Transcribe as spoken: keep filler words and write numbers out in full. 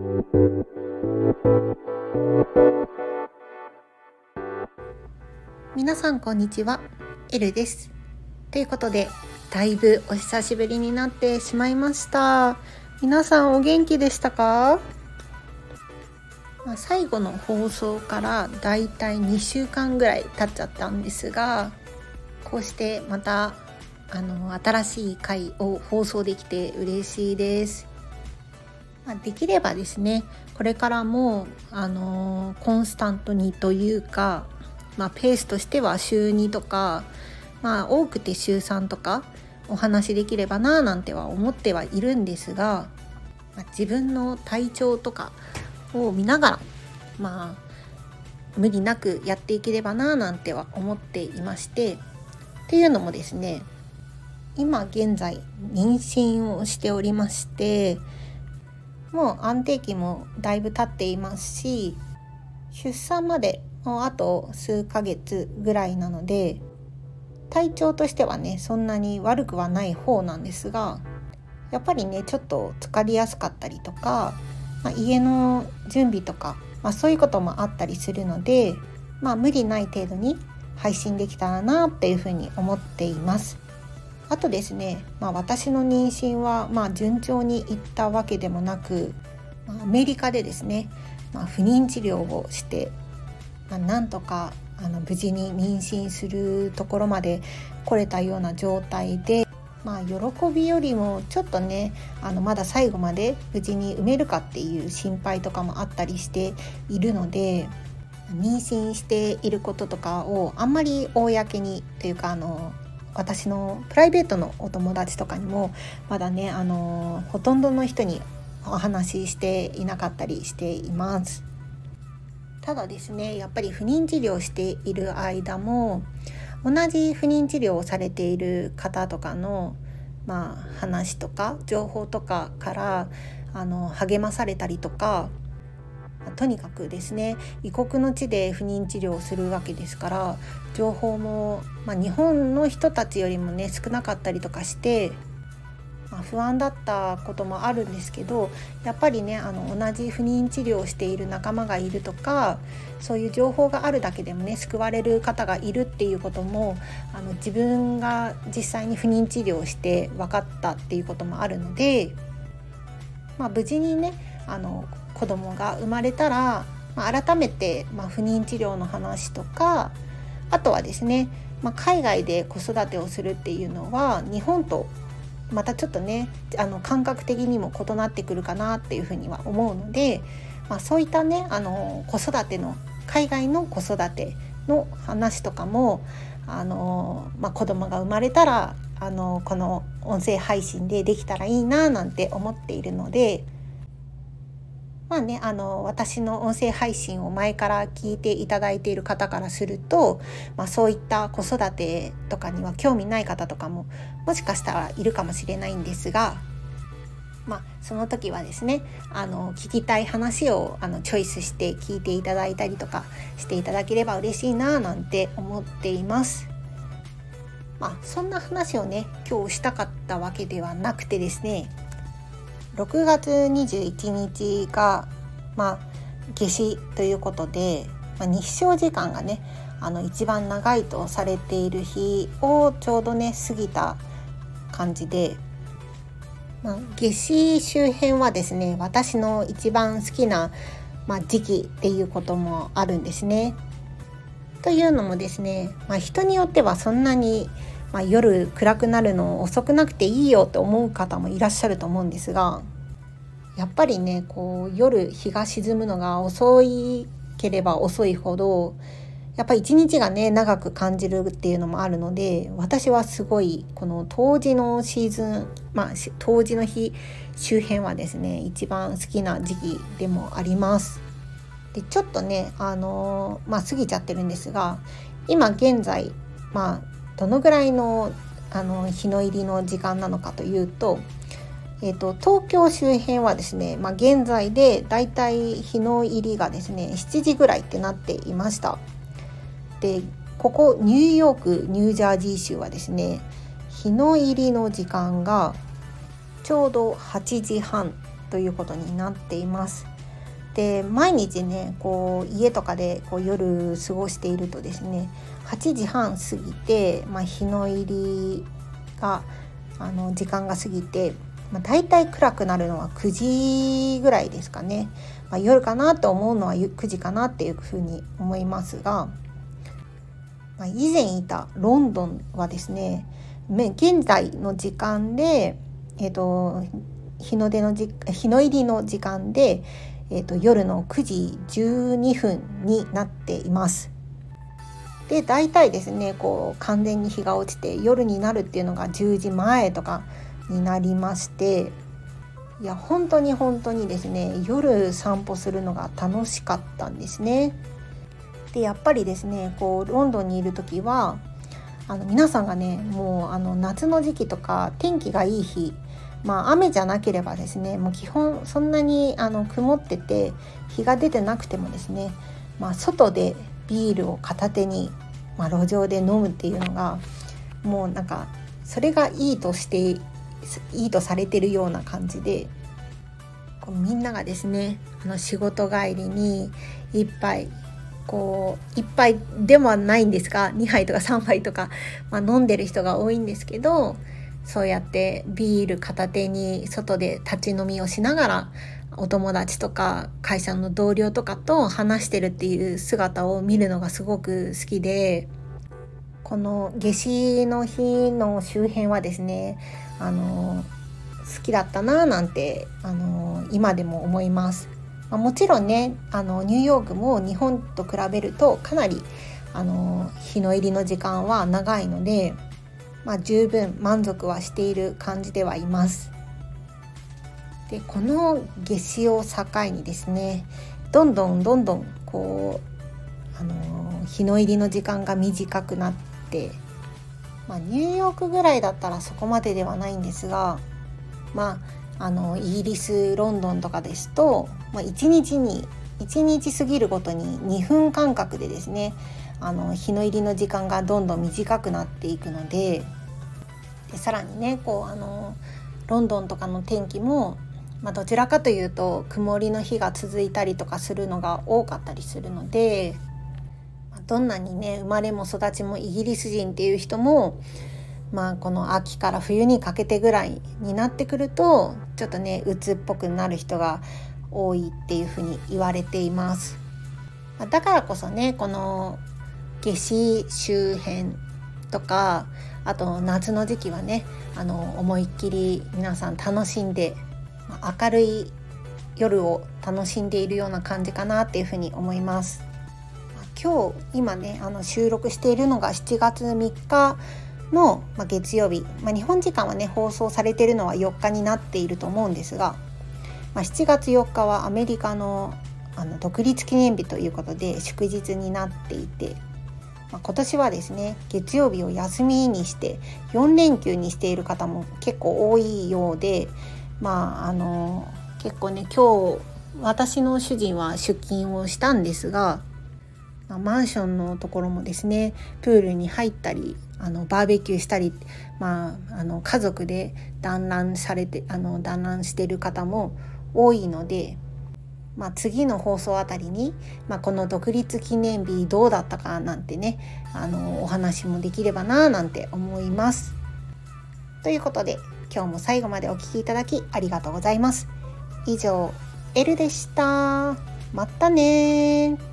皆さんこんにちは、エルです。ということで、だいぶお久しぶりになってしまいました。皆さんお元気でしたか？まあ、最後の放送からだいたいにしゅうかんぐらい経っちゃったんですが、こうしてまたあの新しい回を放送できて嬉しいです。まあ、できればですね、これからもあのコンスタントにというか、まあ、ペースとしては週にとか、まあ、多くて週さんとかお話できればななんては思ってはいるんですが、まあ、自分の体調とかを見ながら、まあ、無理なくやっていければななんては思っていまして、っていうのもですね、今現在妊娠をしておりまして、もう安定期もだいぶ経っていますし、出産までもうあと数ヶ月ぐらいなので、体調としてはねそんなに悪くはない方なんですが、やっぱりねちょっと疲れやすかったりとか、まあ、家の準備とか、まあ、そういうこともあったりするので、まあ、無理ない程度に配信できたらなっていうふうに思っています。あとですね、まあ、私の妊娠はまあ順調にいったわけでもなく、まあアメリカでですね、まあ、不妊治療をして、まあ、なんとかあの無事に妊娠するところまで来れたような状態で、まあ、喜びよりもちょっとねあのまだ最後まで無事に産めるかっていう心配とかもあったりしているので、妊娠していることとかをあんまり公にというか、あの私のプライベートのお友達とかにもまだねあのほとんどの人にお話ししていなかったりしています。ただですね、やっぱり不妊治療をしている間も同じ不妊治療をされている方とかの、まあ、話とか情報とかからあの励まされたりとか、とにかくですね異国の地で不妊治療をするわけですから、情報も、まあ、日本の人たちよりもね少なかったりとかして、まあ、不安だったこともあるんですけど、やっぱりねあの同じ不妊治療をしている仲間がいるとか、そういう情報があるだけでもね救われる方がいるっていうことも、あの自分が実際に不妊治療をして分かったっていうこともあるので、まあ、無事にねあの子供が生まれたら、まあ、改めて、まあ、不妊治療の話とか、あとはですね、まあ、海外で子育てをするっていうのは日本とまたちょっとねあの感覚的にも異なってくるかなっていうふうには思うので、まあ、そういったねあの子育ての海外の子育ての話とかもあの、まあ、子供が生まれたらあのこの音声配信でできたらいいななんて思っているので、まあね、あの私の音声配信を前から聞いていただいている方からすると、まあ、そういった子育てとかには興味ない方とかももしかしたらいるかもしれないんですが、まあ、その時はですねあの聞きたい話をあのチョイスして聞いていただいたりとかしていただければ嬉しいななんて思っています。まあ、そんな話をね今日したかったわけではなくてですね、ろくがつにじゅういちにちが、まあ、夏至ということで、まあ、日照時間がねあの一番長いとされている日をちょうどね過ぎた感じで、まあ、夏至周辺はですね私の一番好きな、まあ、時期っていうこともあるんですね。というのもですね、まあ、人によってはそんなにまあ、夜暗くなるの遅くなくていいよと思う方もいらっしゃると思うんですが、やっぱりねこう夜日が沈むのが遅いければ遅いほどやっぱり一日がね長く感じるっていうのもあるので、私はすごいこの冬至のシーズン、まあ冬至の日周辺はですね一番好きな時期でもあります。でちょっとねあのー、まあ過ぎちゃってるんですが、今現在まあどのぐらいの、あの日の入りの時間なのかというと、えーと、東京周辺はですね、まあ、現在でだいたい日の入りがですねしちじぐらいってなっていました。でここニューヨークニュージャージー州はですね日の入りの時間がちょうどはちじはんということになっています。で毎日ねこう家とかでこう夜過ごしているとですね、はちじはん過ぎて、まあ、日の入りがあの時間が過ぎて、まあ、大体暗くなるのはくじぐらいですかね。まあ、夜かなと思うのはくじかなっていうふうに思いますが、まあ、以前いたロンドンはですね、現在の時間で、えーと、日の出のじ日の入りの時間で、えーと、夜のくじじゅうにふんになっています。でだいたいですねこう完全に日が落ちて夜になるっていうのがじゅうじまえとかになりまして、いや本当に本当にですね夜散歩するのが楽しかったんですね。でやっぱりですねこうロンドンにいる時はあの皆さんがねもうあの夏の時期とか天気がいい日、まあ雨じゃなければですねもう基本そんなにあの曇ってて日が出てなくてもですね、まあ、外でビールを片手に、まあ、路上で飲むっていうのがもうなんかそれがいいとしていいとされてるような感じで、こうみんながですねあの仕事帰りに一杯こう一杯でもないんですがにはいとかさんばいとか、まあ、飲んでる人が多いんですけど、そうやってビール片手に外で立ち飲みをしながらお友達とか会社の同僚とかと話してるっていう姿を見るのがすごく好きで、この夏至の日の周辺はですねあの好きだったななんてあの今でも思います。まあ、もちろんねあのニューヨークも日本と比べるとかなりあの日の入りの時間は長いので、まあ、十分満足はしている感じではいます。でこの夏至を境にですねどんどんどんどんこう、あの日の入りの時間が短くなって、まあ、ニューヨークぐらいだったらそこまでではないんですが、まあ、あのイギリスロンドンとかですと、まあ、いちにちにいちにち過ぎるごとににふん間隔でですねあの日の入りの時間がどんどん短くなっていくので、でさらにねこうあのロンドンとかの天気も、まあ、どちらかというと曇りの日が続いたりとかするのが多かったりするので、どんなにね生まれも育ちもイギリス人っていう人も、まあ、この秋から冬にかけてぐらいになってくるとちょっとね鬱っぽくなる人が多いっていうふうに言われています。だからこそねこの夏至周辺とかあと夏の時期はねあの思いっきり皆さん楽しんで明るい夜を楽しんでいるような感じかなっていうふうに思います。今日今ねあの収録しているのがしちがつみっかの、まあ、月曜日、まあ、日本時間はね放送されているのはよっかになっていると思うんですが、まあ、しちがつよっかはアメリカの、あの独立記念日ということで祝日になっていて、まあ、今年はですね月曜日を休みにしてよんれんきゅうにしている方も結構多いようで、まああの結構ね今日私の主人は出勤をしたんですが、まあ、マンションのところもですねプールに入ったりあのバーベキューしたり、まあ、あの家族で団らんされてあの団らんしている方も多いので、まあ、次の放送あたりに、まあ、この独立記念日どうだったかなんてねあのお話もできればななんて思います。ということで今日も最後までお聞きいただきありがとうございます。以上エルでした。またね。